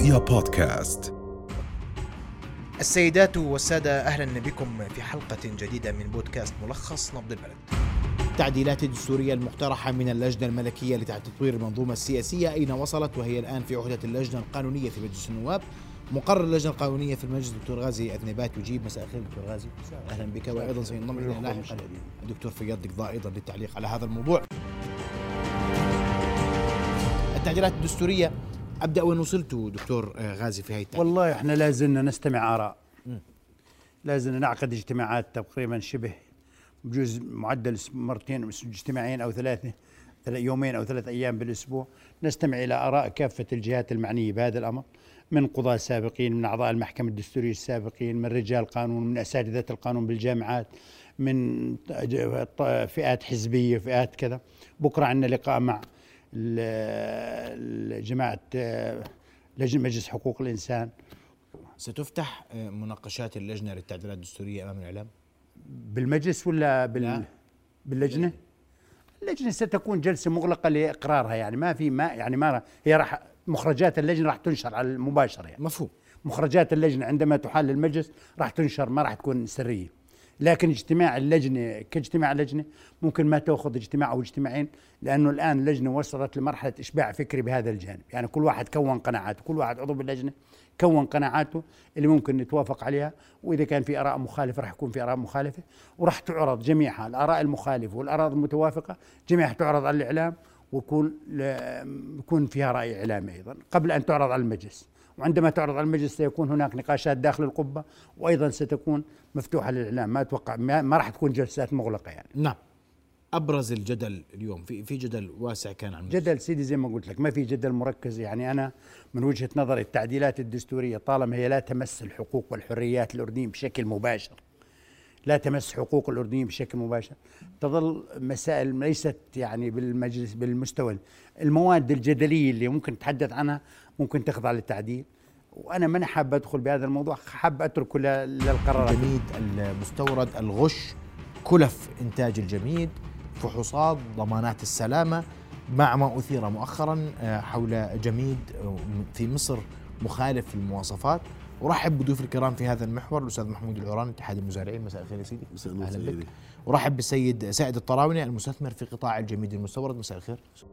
رؤيا بودكاست. السيدات والسادة، أهلا بكم في حلقة جديدة من بودكاست ملخص نبض البلد. التعديلات الدستورية المقترحة من اللجنة الملكية لتطوير المنظومة السياسية أين وصلت؟ وهي الآن في عهدة اللجنة القانونية في مجلس النواب. مقرر اللجنة القانونية في المجلس دكتور غازي أذنبات يجيب. مساء الخير دكتور غازي. أهلا بك. وأيضا سينضم إلينا لاحقا الدكتور فياض دقضاء أيضا للتعليق على هذا الموضوع. التعديلات الدستورية، أبدأ وين وصلت دكتور غازي في هذه التعديلات؟ والله إحنا لازلنا نستمع آراء، لازلنا نعقد اجتماعات تقريبا شبه بجوز معدل مرتين اجتماعين أو ثلاثة، يومين أو 3 أيام بالأسبوع، نستمع إلى آراء كافة الجهات المعنية بهذا الأمر، من قضاة سابقين، من أعضاء المحكمة الدستورية السابقين، من رجال قانون، من أساتذة القانون بالجامعات، من فئات حزبية، فئات كذا. بكرة عندنا لقاء مع جماعة لجنة مجلس حقوق الإنسان. ستفتح مناقشات اللجنة للتعديلات الدستورية أمام الإعلام بالمجلس ولا باللجنة؟ اللجنة ستكون جلسة مغلقة لإقرارها، يعني ما هي راح مخرجات اللجنة راح تنشر على المباشرة، يعني مفهوم. مخرجات اللجنة عندما تحال للمجلس راح تنشر، ما راح تكون سرية. لكن اجتماع اللجنة كاجتماع اللجنة ممكن ما تأخذ اجتماع أو اجتماعين، لأنه الآن اللجنة وصلت لمرحلة إشباع فكري بهذا الجانب، يعني كل واحد كون قناعاته، كل واحد عضو باللجنة كون قناعاته اللي ممكن نتوافق عليها، وإذا كان في آراء مخالفة راح يكون في آراء مخالفة، وراح تعرض جميعها، الآراء المخالفة والآراء المتوافقة جميعها تعرض على الإعلام، ويكون فيها رأي إعلامي أيضا قبل أن تعرض على المجلس. وعندما تعرض على المجلس سيكون هناك نقاشات داخل القبة، وأيضا ستكون مفتوحة للإعلام. ما أتوقع ما راح تكون جلسات مغلقة يعني. نعم. أبرز الجدل اليوم في جدل واسع كان عن جدل سيدي زي ما قلت لك، ما في جدل مركز. يعني أنا من وجهة نظري التعديلات الدستورية طالما هي لا تمس الحقوق والحريات الأردنيين بشكل مباشر، لا تمس حقوق الأردنيين بشكل مباشر، تظل مسائل ليست يعني بالمجلس بالمستوى. المواد الجدلية اللي ممكن نتحدث عنها ممكن تخضع للتعديل، وأنا ماني حاب أدخل بهذا الموضوع، حاب أتركه للقرارات. الجميد المستورد، الغش، كلف إنتاج الجميد، فحوصات، ضمانات السلامة، مع ما أثير مؤخرا حول جميد في مصر مخالف للمواصفات. ورحب بضيوف الكرام في هذا المحور الأستاذ محمود العوراني اتحاد المزارعين. مساء الخير يا سيدي. أهلا بك. ورحب بالسيد سائد الطراوني المستثمر في قطاع الجميد المستورد. مساء الخير.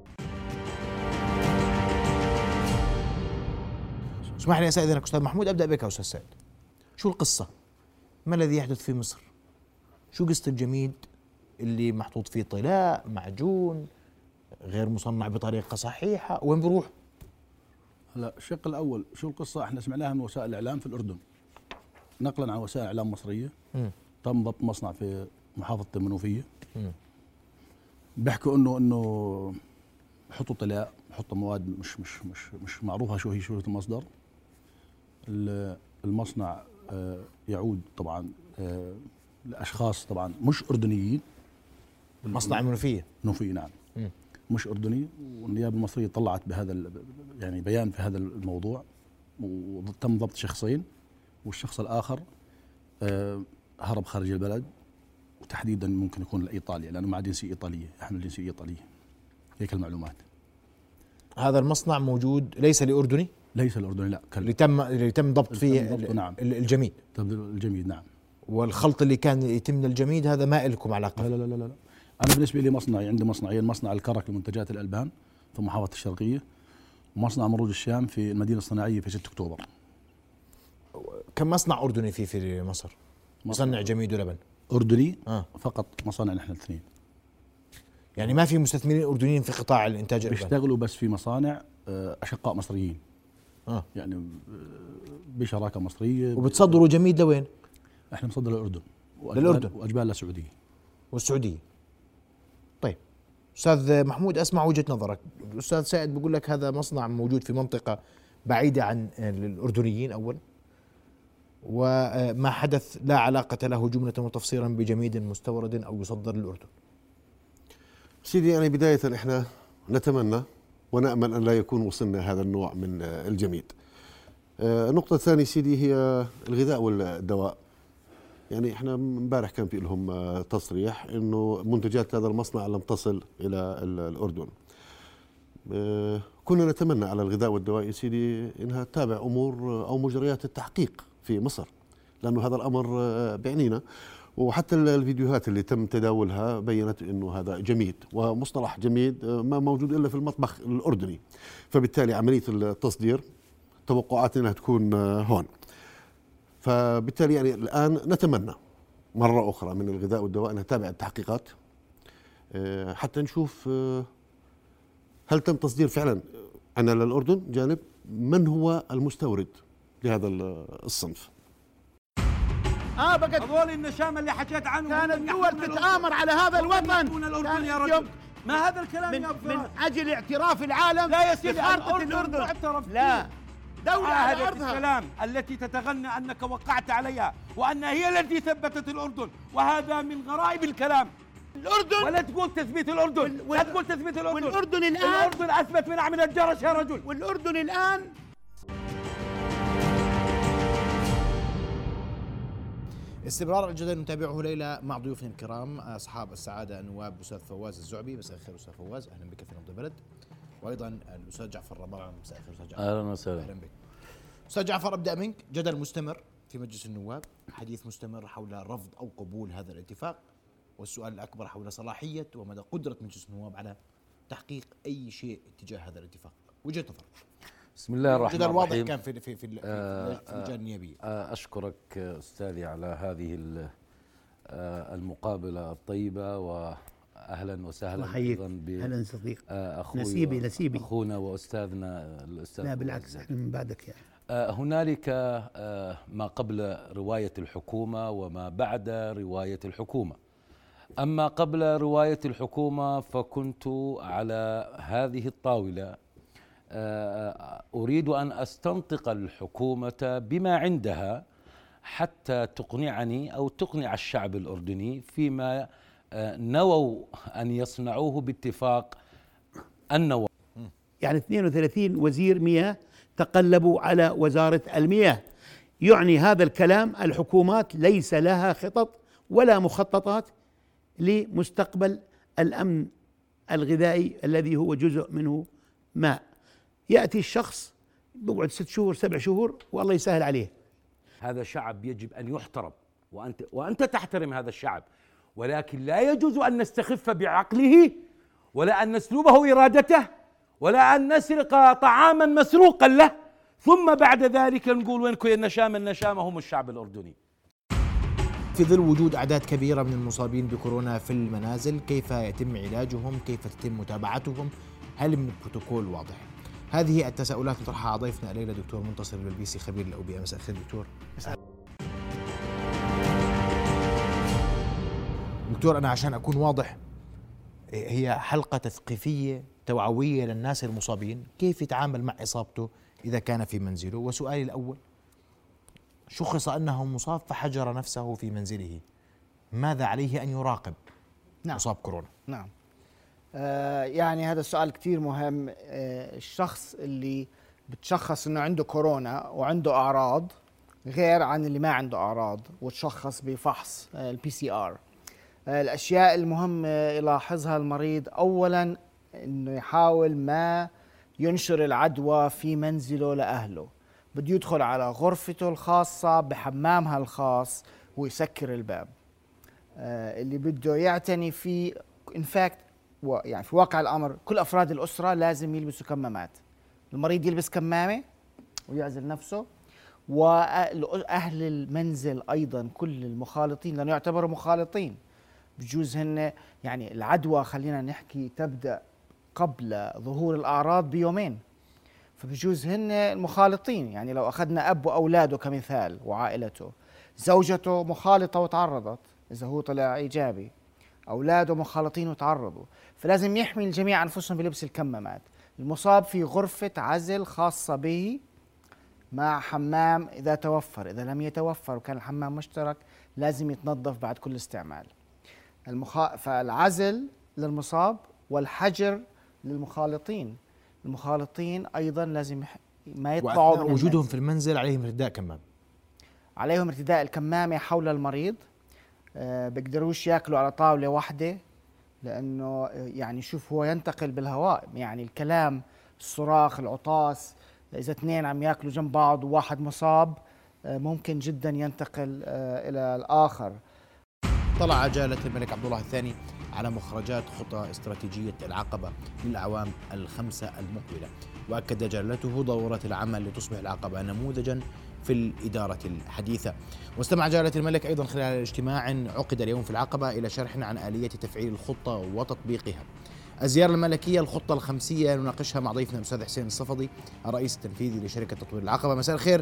اسمح لي يا سيدنا أستاذ محمود، أبدأ بك يا أستاذ سائد. شو القصة؟ ما الذي يحدث في مصر؟ شو قصة الجميد اللي محطوط فيه طلاء معجون غير مصنع بطريقة صحيحة؟ وين بروح؟ هلا الشق الأول، شو القصة؟ احنا سمعناها من وسائل الإعلام في الأردن نقلا عن وسائل إعلام مصرية. تم ضبط مصنع في محافظة المنوفية. بيحكوا إنه بحطوا طلاء، بحطوا مواد مش معروفة شو هي شروط المصدر. المصنع يعود طبعا لأشخاص طبعا مش أردنيين. مصنع المنوفية. منوفية نعم. مش أردني، والنيابة المصرية طلعت بهذا يعني بيان في هذا الموضوع، وتم ضبط شخصين، والشخص الآخر هرب خارج البلد، وتحديدا ممكن يكون لإيطاليا لأنه مع جنسية إيطالية، يحمل جنسية إيطالية. هيك المعلومات. هذا المصنع موجود ليس لأردني؟ ليس الأردني لا. اللي تم ضبط فيه نعم. الجميد. الجميد نعم. والخلط اللي كان يتم الجميد هذا ما لكم علاقة؟ لا. أنا بالنسبة لي مصنعي، عندي مصنعين، مصنع الكرك لمنتجات الألبان في محافظة الشرقية، ومصنع مروج الشام في المدينة الصناعية في 6 أكتوبر. كم مصنع أردني في مصر مصنع جميد ولبن؟ أردني فقط مصانع نحن الاثنين. يعني ما في مستثمرين أردنيين في قطاع الإنتاج الألبان؟ بيشتغلوا بس في مصانع أشقاء مصريين. يعني بشراكة مصرية. وبتصدروا جميد لوين؟ احنا بنصدر للأردن وأجبال للسعودية والسعودية. طيب أستاذ محمود، أسمع وجهة نظرك. الأستاذ سائد بيقول لك هذا مصنع موجود في منطقة بعيدة عن الأردنيين أولا، وما حدث لا علاقة له جملة وتفصيلا بجميد مستورد أو يصدر للأردن. سيدي، أنا بداية إحنا نتمنى ونأمل أن لا يكون وصلنا هذا النوع من الجميد. النقطة الثانية سيدي هي الغذاء والدواء. يعني احنا امبارح كان في لهم تصريح انه منتجات هذا المصنع لم تصل الى الاردن. كنا نتمنى على الغذاء والدواء يا سيدي انها تتابع امور او مجريات التحقيق في مصر، لانه هذا الامر بيعنينا. وحتى الفيديوهات اللي تم تداولها بينت انه هذا جميد، ومصطلح جميد ما موجود الا في المطبخ الاردني، فبالتالي عمليه التصدير توقعاتنا انها تكون هون. فبالتالي يعني الان نتمنى مره اخرى من الغذاء والدواء انها تتابع التحقيقات حتى نشوف هل تم تصدير فعلا عندنا للاردن، جانب من هو المستورد لهذا الصنف. بقت هذول النشامه اللي حكيت عنهم كانت الدول تتآمر على هذا الوطن. الأردن يا رجل، ما هذا الكلام يا من أجل اعتراف العالم لا يا سيدي، بخارطة الأردن. لا دولة على أرضها. السلام التي تتغنى أنك وقعت عليها وأن هي التي ثبتت الأردن، وهذا من غرائب الكلام. الأردن ولا تقول تثبيت الأردن، لا تقول تثبيت الأردن. والأردن الآن، الأردن أثبت من عمل الجرس يا رجل. والأردن الآن. استمرار الجدل نتابعه ليلة مع ضيوفنا الكرام أصحاب السعادة النواب الأستاذ فواز الزعبي. مساء الخير أستاذ فواز، أهلا بك في نبض البلد. وأيضا الأستاذ جعفر رباع. مساء الخير أستاذ جعفر. أهلا وسهلا. أهلا بك أستاذ جعفر. أبدأ منك. جدل مستمر في مجلس النواب، حديث مستمر حول رفض أو قبول هذا الاتفاق، والسؤال الأكبر حول صلاحية ومدى قدرة مجلس النواب على تحقيق أي شيء تجاه هذا الاتفاق. وجهة نظر. بسم الله الرحمن الرحيم. جدل واضح كان في اللجنة النيابية. أشكرك أستاذي على هذه المقابلة الطيبة، وأهلا وسهلا أيضا أهلا صديق أخوي نسيبي أخونا وأستاذنا الأستاذ. لا بالعكس، احنا من بعدك يعني. هنالك ما قبل رواية الحكومة وما بعد رواية الحكومة. أما قبل رواية الحكومة فكنت على هذه الطاولة أريد أن أستنطق الحكومة بما عندها حتى تقنعني أو تقنع الشعب الأردني فيما نووا أن يصنعوه باتفاق النواب. يعني 32 وزير مياه تقلبوا على وزارة المياه. يعني هذا الكلام الحكومات ليس لها خطط ولا مخططات لمستقبل الأمن الغذائي الذي هو جزء منه ماء. يأتي الشخص بقعد 6 شهور 7 شهور والله يسهل عليه. هذا شعب يجب أن يحترم، وأنت تحترم هذا الشعب، ولكن لا يجوز أن نستخف بعقله، ولا أن نسلبه إرادته، ولا أن نسرق طعاما مسروقا له، ثم بعد ذلك نقول وينكم النشامة هم الشعب الأردني. في ظل وجود أعداد كبيرة من المصابين بكورونا في المنازل، كيف يتم علاجهم؟ كيف تتم متابعتهم؟ هل من بروتوكول واضح؟ هذه التساؤلات نطرحها على ضيفنا الليلة دكتور منتصر البلبيسي خبير الأوبئة. مساء الخير دكتور. دكتور، أنا عشان أكون واضح، هي حلقة تثقيفية توعوية للناس المصابين كيف يتعامل مع إصابته إذا كان في منزله. وسؤالي الأول، شخص أنه مصاب فحجر نفسه في منزله، ماذا عليه أن يراقب؟ مصاب كورونا. نعم. يعني هذا السؤال كتير مهم. الشخص اللي بتشخص انه عنده كورونا وعنده اعراض غير عن اللي ما عنده اعراض وتشخص بفحص الPCR. الاشياء المهمة يلاحظها المريض، اولا انه يحاول ما ينشر العدوى في منزله لاهله. بده يدخل على غرفته الخاصة بحمامها الخاص ويسكر الباب. اللي بده يعتني فيه انفاكت، يعني في واقع الأمر كل أفراد الأسرة لازم يلبسوا كمامات. المريض يلبس كمامة ويعزل نفسه، وأهل المنزل أيضا كل المخالطين، لأنه يعتبروا مخالطين، بجوز هن يعني العدوى خلينا نحكي تبدأ قبل ظهور الأعراض بيومين، فبجوز هن المخالطين. يعني لو أخذنا أب وأولاده كمثال وعائلته، زوجته مخالطة وتعرضت إذا هو طلع إيجابي، أولاده مخالطين وتعرضوا، فلازم يحمي الجميع أنفسهم بلبس الكمامات. المصاب في غرفة عزل خاصة به مع حمام إذا توفر، إذا لم يتوفر وكان الحمام مشترك لازم يتنظف بعد كل استعمال. فالعزل للمصاب والحجر للمخالطين. المخالطين أيضا لازم ما يطلعوا من وجودهم في المنزل عليهم ارتداء كمام. عليهم ارتداء الكمامة حول المريض. بيقدروش ياكلوا على طاولة واحدة لأنه يعني شوف هو ينتقل بالهواء، يعني الكلام، الصراخ، العطاس، إذا اثنين عم ياكلوا جنب بعض وواحد مصاب ممكن جدا ينتقل إلى الآخر. طلع جلالة الملك عبد الله الثاني على مخرجات خطى استراتيجية العقبة للأعوام الخمسة المقبلة، وأكد جلالته ضرورة العمل لتصبح العقبة نموذجا في الإدارة الحديثة. واستمع جلالة الملك أيضا خلال اجتماع عقد اليوم في العقبة إلى شرح عن آلية تفعيل الخطة وتطبيقها. الزيارة الملكية الخطة الخمسية نناقشها مع ضيفنا الأستاذ حسين الصفدي الرئيس التنفيذي لشركة تطوير العقبة. مساء الخير.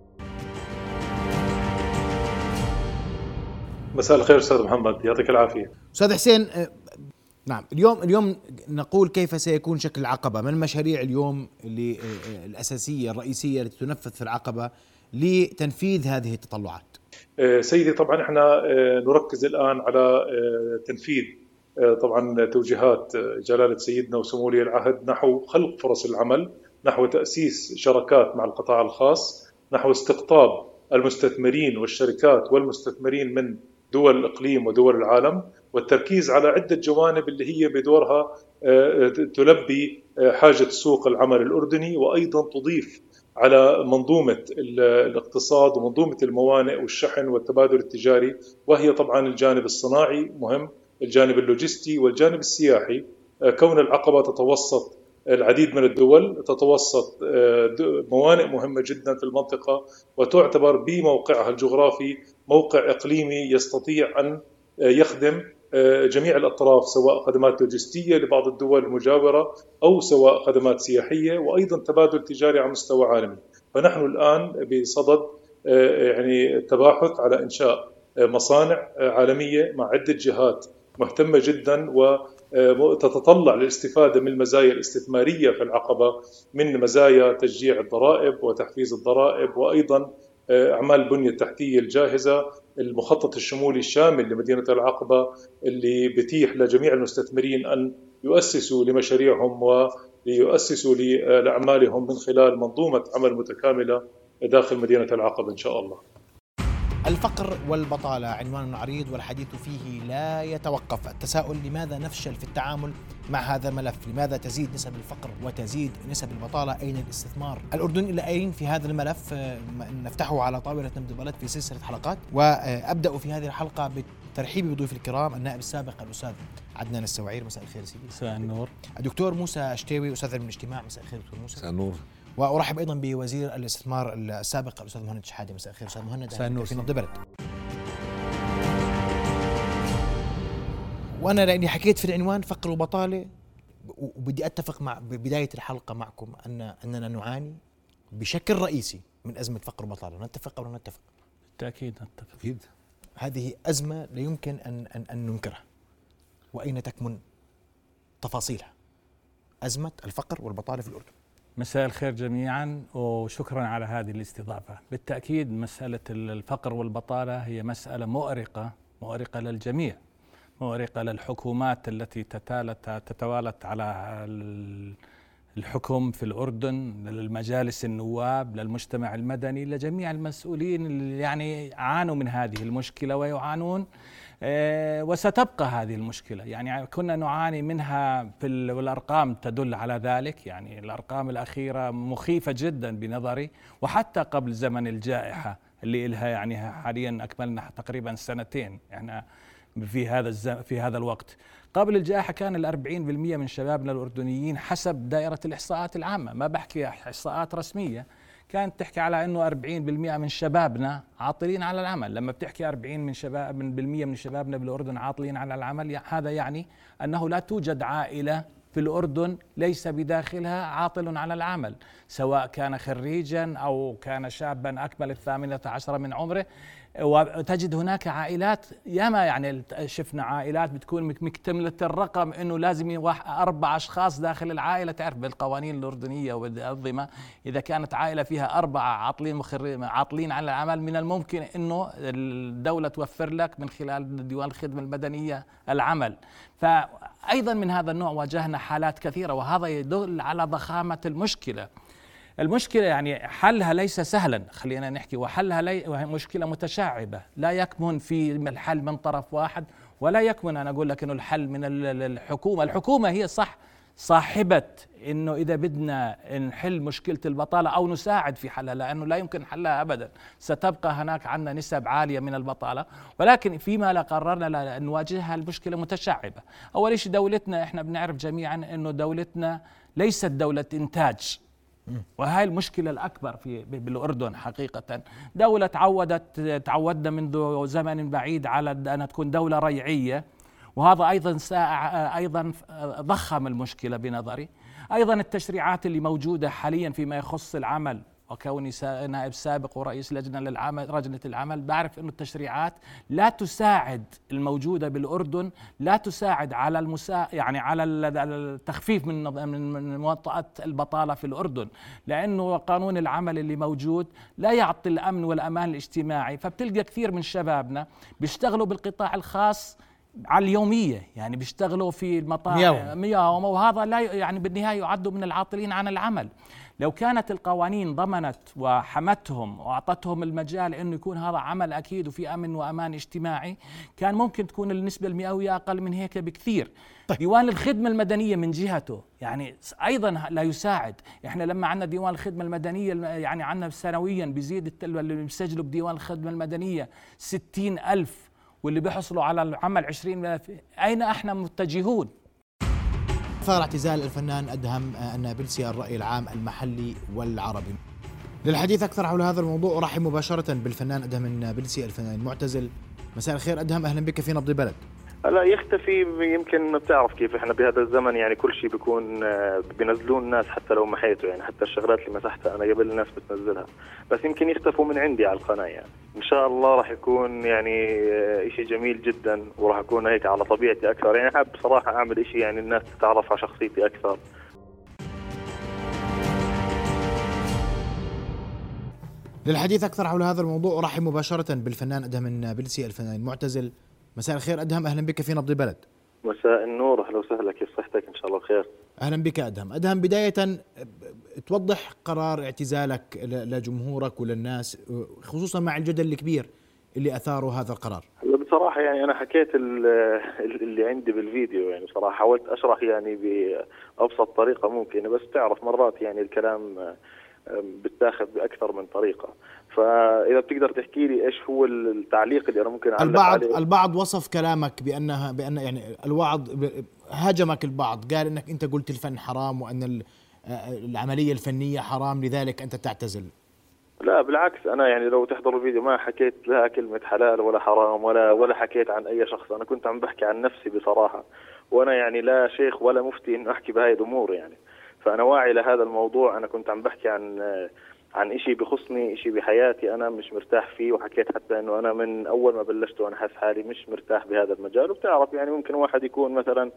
مساء الخير أستاذ محمد، يعطيك العافية. أستاذ حسين، نعم، اليوم نقول كيف سيكون شكل العقبة، ما المشاريع اليوم اللي الأساسية الرئيسية التي تنفذ في العقبة لتنفيذ هذه التطلعات؟ سيدي، طبعا احنا نركز الآن على تنفيذ طبعا توجيهات جلالة سيدنا وسمو ولي العهد نحو خلق فرص العمل، نحو تأسيس شراكات مع القطاع الخاص، نحو استقطاب المستثمرين والشركات والمستثمرين من دول الإقليم ودول العالم، والتركيز على عدة جوانب اللي هي بدورها تلبي حاجة سوق العمل الأردني، وأيضا تضيف على منظومة الاقتصاد ومنظومة الموانئ والشحن والتبادل التجاري، وهي طبعا الجانب الصناعي مهم، الجانب اللوجستي والجانب السياحي. كون العقبة تتوسط العديد من الدول، تتوسط موانئ مهمة جدا في المنطقة، وتعتبر بموقعها الجغرافي موقع إقليمي يستطيع أن يخدم جميع الأطراف، سواء خدمات لوجستية لبعض الدول المجاورة أو سواء خدمات سياحية، وأيضا تبادل تجاري على مستوى عالمي. فنحن الآن بصدد يعني التباحث على إنشاء مصانع عالمية مع عدة جهات مهتمة جدا وتتطلع للاستفادة من المزايا الاستثمارية في العقبة، من مزايا تشجيع الضرائب وتحفيز الضرائب، وأيضا أعمال البنية التحتية الجاهزة، المخطط الشمولي الشامل لمدينة العقبة اللي بتيح لجميع المستثمرين أن يؤسسوا لمشاريعهم وليؤسسوا لأعمالهم من خلال منظومة عمل متكاملة داخل مدينة العقبة إن شاء الله. الفقر والبطالة عنوان عريض والحديث فيه لا يتوقف. التساؤل: لماذا نفشل في التعامل مع هذا الملف؟ لماذا تزيد نسب الفقر وتزيد نسب البطالة؟ أين الاستثمار الأردن إلى أين في هذا الملف؟ نفتحه على طاولة نبض البلد في سلسلة حلقات، وأبدأ في هذه الحلقة بالترحيب بضيوف الكرام: النائب السابق الأستاذ عدنان السواعير، مساء الخير سيدي. مساء النور. الدكتور موسى اشتاوي، أستاذ علم الاجتماع، مساء الخير دكتور موسى. مساء النور. وأرحب أيضا بوزير الاستثمار السابق الأستاذ مهند شحادة، مساء الخير أستاذ مهند. مساء النور في نبض البلد. وأنا لأني حكيت في العنوان فقر وبطالة، وبدي أتفق مع بداية الحلقة معكم أننا نعاني بشكل رئيسي من أزمة فقر وبطالة. نتفق أو لا نتفق؟ بالتأكيد نتفق. أكيد. هذه أزمة لا يمكن أن ننكرها. وأين تكمن تفاصيلها؟ أزمة الفقر والبطالة في الأردن. مساء الخير جميعا، وشكرا على هذه الاستضافة. بالتأكيد مسألة الفقر والبطالة هي مسألة مؤرقة للجميع، مؤرقة للحكومات التي تتوالت على الحكم في الأردن، للمجالس النواب، للمجتمع المدني، لجميع المسؤولين اللي يعني عانوا من هذه المشكلة ويعانون، وستبقى هذه المشكلة. يعني كنا نعاني منها والأرقام تدل على ذلك. يعني الأرقام الأخيرة مخيفة جدا بنظري، وحتى قبل زمن الجائحة اللي إلها يعني حاليا أكملنا تقريبا سنتين يعني في هذا الوقت. قبل الجائحة كان 40% من شبابنا الأردنيين حسب دائرة الإحصاءات العامة، ما بحكي إحصاءات رسمية، كانت تحكي على أنه 40% من شبابنا عاطلين على العمل. لما بتحكي 40% من شبابنا بالأردن عاطلين على العمل، هذا يعني أنه لا توجد عائلة في الأردن ليس بداخلها عاطل على العمل، سواء كان خريجا أو كان شابا أكمل 18 من عمره. وتجد هناك عائلات ياما، يعني شفنا عائلات بتكون مكتملة الرقم انه لازم 4 أشخاص داخل العائلة. تعرف بالقوانين الأردنية والأنظمة إذا كانت عائلة فيها 4 عاطلين على العمل، من الممكن انه الدولة توفر لك من خلال ديوان الخدمة المدنية العمل. فأيضا من هذا النوع واجهنا حالات كثيرة، وهذا يدل على ضخامة المشكلة. يعني حلها ليس سهلا، خلينا نحكي، وحلها مشكلة متشعبة لا يكمن في الحل من طرف واحد، ولا يكمن أن أقول لك أنه الحل من الحكومة. الحكومة هي صح صاحبة انه اذا بدنا نحل مشكلة البطالة او نساعد في حلها، لانه لا يمكن حلها ابدا، ستبقى هناك عندنا نسب عالية من البطالة، ولكن فيما لا قررنا نواجهها المشكلة متشعبة. اول شيء دولتنا احنا بنعرف جميعا انه دولتنا ليست دولة انتاج، وهي المشكلة الأكبر بالأردن حقيقة. دولة تعودنا منذ زمن بعيد على أن تكون دولة ريعية، وهذا أيضا ضخم المشكلة بنظري. أيضا التشريعات اللي موجودة حاليا فيما يخص العمل، وكوني نائب سابق ورئيس لجنة العمل بعرف أن التشريعات لا تساعد الموجودة بالأردن، لا تساعد على يعني على التخفيف من وطأة البطالة في الأردن، لأنه قانون العمل اللي موجود لا يعطي الأمن والأمان الاجتماعي. فبتلقى كثير من شبابنا بيشتغلوا بالقطاع الخاص على اليومية، يعني بيشتغلوا في المطاعم يوم، وهذا لا يعني بالنهاية يعدوا من العاطلين عن العمل. لو كانت القوانين ضمنت وحمتهم وأعطتهم المجال أنه يكون هذا عمل أكيد وفي أمن وأمان اجتماعي، كان ممكن تكون النسبة المئوية أقل من هيك بكثير. طيب. ديوان الخدمة المدنية من جهته يعني أيضا لا يساعد. إحنا لما عندنا ديوان الخدمة المدنية يعني عندنا سنويا بيزيد اللي بيسجلوا بديوان الخدمة المدنية 60,000 واللي بيحصلوا على العمل 20,000. أين احنا متجهون؟ ثار اعتزال الفنان أدهم النابلسي الرأي العام المحلي والعربي. للحديث أكثر حول هذا الموضوع أرحب مباشرة بالفنان أدهم النابلسي الفنان المعتزل. مساء الخير أدهم، أهلا بك في نبض البلد. لا يختفي، يمكن ما بتعرف كيف احنا بهذا الزمن يعني كل شيء بيكون بينزلون الناس حتى لو محيته، يعني حتى الشغلات اللي مسحتها انا قبل الناس بتنزلها، بس يمكن يختفوا من عندي على القناة. يعني ان شاء الله راح يكون يعني شيء جميل جدا، وراح اكون هيك على طبيعتي اكثر. يعني حاب بصراحة اعمل شيء يعني الناس تتعرف على شخصيتي اكثر. للحديث أكثر حول هذا الموضوع أرحب مباشرة بالفنان أدهم النابلسي الفنان المعتزل. مساء الخير أدهم، أهلا بك في نبض البلد. مساء النور، أهلا وسهلا، كيف صحتك؟ إن شاء الله بخير. أهلا بك أدهم. أدهم، بداية توضح قرار اعتزالك لجمهورك وللناس، خصوصا مع الجدل الكبير اللي أثاره هذا القرار. بصراحة يعني أنا حكيت اللي عندي بالفيديو، يعني بصراحة حاولت أشرح يعني بأبسط طريقة ممكنة، بس تعرف مرات يعني الكلام بتاخذ بأكثر من طريقة. فإذا بتقدر تحكي لي إيش هو التعليق اللي أنا ممكن أعلق عليه. البعض وصف كلامك بأن يعني البعض هاجمك، البعض قال أنك أنت قلت الفن حرام وأن العملية الفنية حرام لذلك أنت تعتزل. لا بالعكس، أنا يعني لو تحضر الفيديو ما حكيت لا كلمة حلال ولا حرام ولا حكيت عن أي شخص. أنا كنت عم بحكي عن نفسي بصراحة، وأنا يعني لا شيخ ولا مفتي إنه أحكي بهاي الأمور يعني. فأنا واعي لهذا الموضوع. أنا كنت عم بحكي عن إشي بخصني، إشي بحياتي أنا مش مرتاح فيه، وحكيت حتى إنه أنا من أول ما بلشت وأنا حاسس حالي مش مرتاح بهذا المجال. وبتعرف يعني ممكن واحد يكون مثلا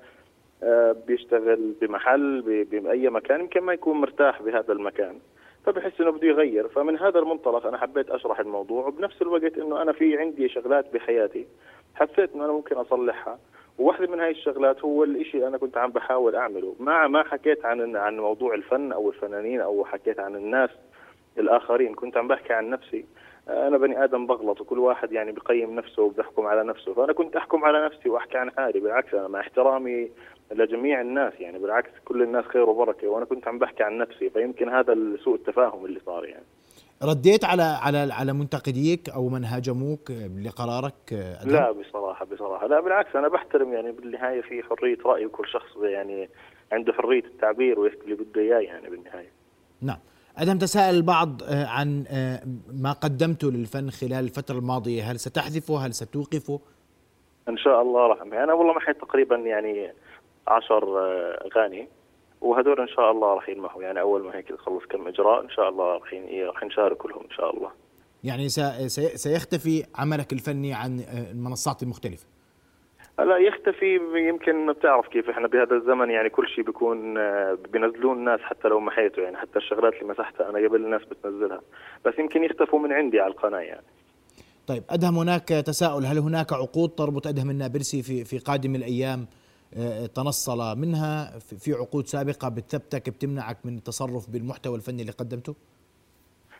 بيشتغل بمحل بأي مكان، يمكن ما يكون مرتاح بهذا المكان، فبحس إنه بده يغير. فمن هذا المنطلق أنا حبيت أشرح الموضوع، وبنفس الوقت إنه أنا في عندي شغلات بحياتي حسيت إنه أنا ممكن أصلحها، وواحدة من هاي الشغلات هو الإشي أنا كنت عم بحاول أعمله. ما حكيت عن موضوع الفن أو الفنانين أو حكيت عن الناس الآخرين، كنت عم بحكي عن نفسي. أنا بني آدم بغلط، وكل واحد يعني بقيم نفسه وبيحكم على نفسه، فأنا كنت أحكم على نفسي وأحكي عن حالي. بالعكس أنا مع احترامي لجميع الناس، يعني بالعكس كل الناس خير وبركة، وأنا كنت عم بحكي عن نفسي. فيمكن هذا سوء التفاهم اللي صار. يعني رديت على منتقديك أو من هاجموك لقرارك أدهم؟ لا بصراحة لا بالعكس، أنا بحترم يعني بالنهاية في حرية رأي، وكل شخص يعني عنده حرية التعبير ويحكي اللي بده إياه يعني بالنهاية. نعم. أدهم، تساءل البعض عن ما قدمته للفن خلال الفترة الماضية، هل ستحذفه؟ هل ستوقفه؟ إن شاء الله راح. أنا والله محيت تقريبا يعني 10 أغاني، وهذول إن شاء الله راح ينمحوا. يعني أول ما هيك نخلص كم إجراء إن شاء الله راح نشارك كلهم إن شاء الله. يعني سيختفي عملك الفني عن المنصات المختلفة؟ لا يختفي، يمكن ما بتعرف كيف احنا بهذا الزمن يعني كل شيء بيكون بينزلون الناس حتى لو محيته، يعني حتى الشغلات اللي مسحتها انا قبل الناس بتنزلها، بس يمكن يختفوا من عندي على القناة يعني. طيب أدهم، هناك تساؤل، هل هناك عقود تربط أدهم النابلسي في قادم الأيام تنصل منها؟ في عقود سابقة بتثبتك بتمنعك من التصرف بالمحتوى الفني اللي قدمته؟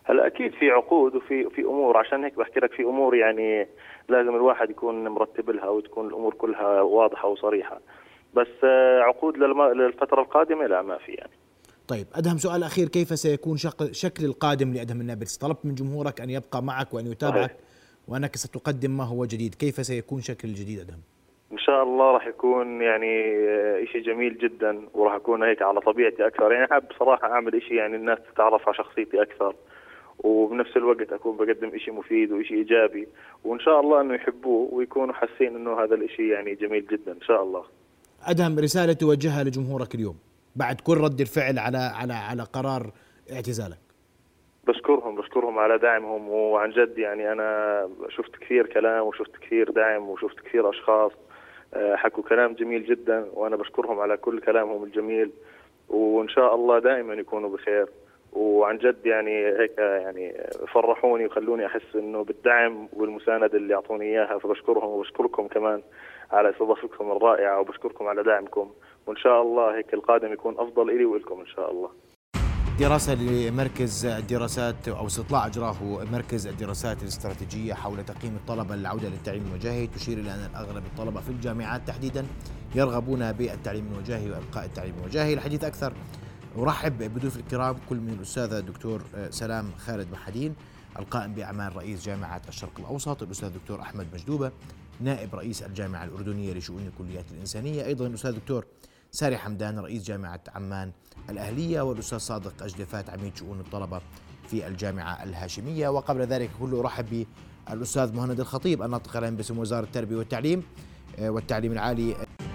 هلا اكيد في عقود وفي امور، عشان هيك بحكي لك في امور يعني لازم الواحد يكون مرتب لها وتكون الامور كلها واضحه وصريحه، بس عقود للفتره القادمه لا ما في يعني. طيب أدهم، سؤال أخير، كيف سيكون شكل القادم لأدهم النابلسي؟ طلبت من جمهورك أن يبقى معك وأن يتابعك وأنك ستقدم ما هو جديد، كيف سيكون شكل الجديد أدهم؟ إن شاء الله راح يكون يعني إشي جميل جدا، وراح أكون هيك على طبيعتي أكثر، يعني حاب صراحة أعمل إشي يعني الناس تتعرف على شخصيتي أكثر، وبنفس الوقت أكون بقدم إشي مفيد وإشي إيجابي، وإن شاء الله إنه يحبوه ويكونوا حاسين إنه هذا الإشي يعني جميل جدا إن شاء الله. أدهم، رسالة توجهها لجمهورك اليوم بعد كل رد الفعل على قرار اعتزالك. بشكرهم على دعمهم، وعن جد يعني أنا شفت كثير كلام وشفت كثير دعم وشفت كثير أشخاص حكوا كلام جميل جدا، وأنا بشكرهم على كل كلامهم الجميل، وإن شاء الله دائما يكونوا بخير، وعن جد يعني هيك يعني فرحوني وخلوني أحس إنه بالدعم والمساندة اللي أعطوني إياها، فبشكرهم وبشكركم كمان على استضافتكم الرائعة، وبشكركم على دعمكم، وإن شاء الله هيك القادم يكون أفضل إلي وإلكم إن شاء الله. دراسة لمركز الدراسات أو استطلاع أجراه مركز الدراسات الاستراتيجية حول تقييم الطلبة للعودة للتعليم الوجاهي تشير إلى أن أغلب الطلبة في الجامعات تحديدا يرغبون بالتعليم الوجاهي وإلقاء التعليم الوجاهي. الحديث أكثر أرحب بضيوف الكرام، كل من الأستاذ الدكتور سلام خالد محدين القائم بأعمال رئيس جامعة الشرق الأوسط، الأستاذ الدكتور أحمد مجدوبة نائب رئيس الجامعة الأردنية لشؤون الكليات الإنسانية، أيضا الأستاذ الدكتور ساري حمدان رئيس جامعة عمان الأهلية، والأستاذ صادق أجدفات عميد شؤون الطلبة في الجامعة الهاشمية. وقبل ذلك كله أرحب بالأستاذ مهند الخطيب الناطق العام باسم وزارة التربية والتعليم العالي.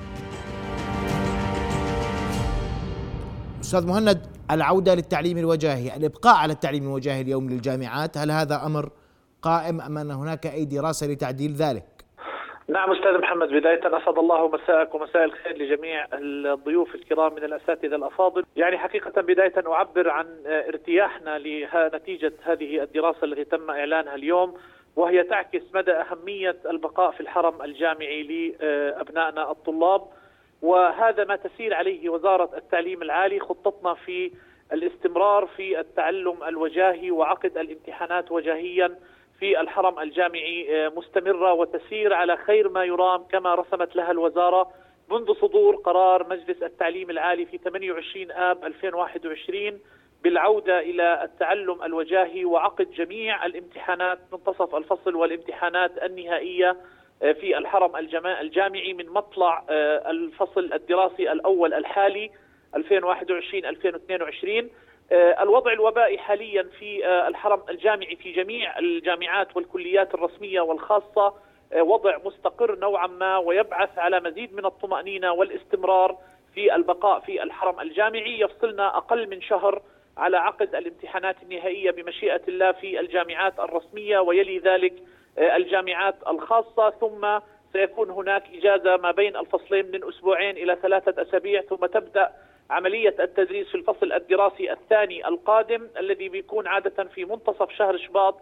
أستاذ مهند، العودة للتعليم الوجاهي، الإبقاء على التعليم الوجاهي اليوم للجامعات، هل هذا أمر قائم أم أن هناك أي دراسة لتعديل ذلك؟ نعم أستاذ محمد، بداية أسعد الله مساءك ومساء الخير لجميع الضيوف الكرام من الأساتذة الأفاضل. يعني حقيقة بداية أعبر عن ارتياحنا لنتيجة هذه الدراسة التي تم إعلانها اليوم، وهي تعكس مدى أهمية البقاء في الحرم الجامعي لأبنائنا الطلاب، وهذا ما تسير عليه وزارة التعليم العالي. خطتنا في الاستمرار في التعلم الوجاهي وعقد الامتحانات وجاهيا في الحرم الجامعي مستمرة وتسير على خير ما يرام كما رسمت لها الوزارة منذ صدور قرار مجلس التعليم العالي في 28 آب 2021 بالعودة إلى التعلم الوجاهي وعقد جميع الامتحانات منتصف الفصل والامتحانات النهائية في الحرم الجامعي من مطلع الفصل الدراسي الأول الحالي 2021-2022. الوضع الوبائي حاليا في الحرم الجامعي في جميع الجامعات والكليات الرسمية والخاصة وضع مستقر نوعا ما، ويبعث على مزيد من الطمأنينة والاستمرار في البقاء في الحرم الجامعي. يفصلنا أقل من شهر على عقد الامتحانات النهائية بمشيئة الله في الجامعات الرسمية، ويلي ذلك الجامعات الخاصة، ثم سيكون هناك إجازة ما بين الفصلين من أسبوعين إلى 3 أسابيع، ثم تبدأ عملية التدريس في الفصل الدراسي الثاني القادم الذي بيكون عادة في منتصف شهر شباط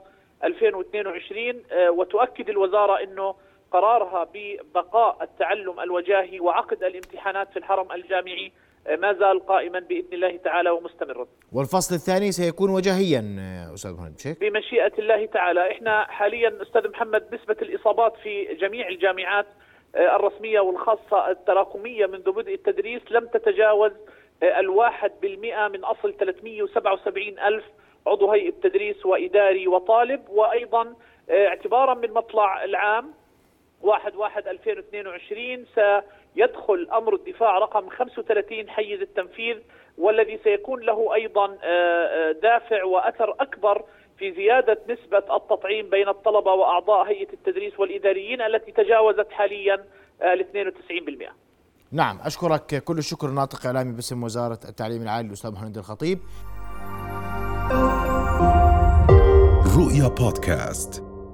2022. وتؤكد الوزارة أنه قرارها ببقاء التعلم الوجاهي وعقد الامتحانات في الحرم الجامعي ما زال قائما بإذن الله تعالى ومستمرا. والفصل الثاني سيكون وجاهيا أستاذ محمد بشيك بمشيئة الله تعالى. احنا حاليا أستاذ محمد نسبة الإصابات في جميع الجامعات الرسمية والخاصة التراكمية منذ بدء التدريس لم تتجاوز 1% من أصل 377 ألف عضو هيئة تدريس وإداري وطالب. وأيضا اعتبارا من مطلع العام 1/1/2022 سيدخل أمر الدفاع رقم 35 حيز التنفيذ، والذي سيكون له أيضا دافع وأثر أكبر في زيادة نسبة التطعيم بين الطلبة وأعضاء هيئة التدريس والإداريين التي تجاوزت حاليا 92%. نعم، أشكرك كل الشكر الناطق إعلامي باسم وزارة التعليم العالي الأستاذ مهند الخطيب. رؤيا بودكاست.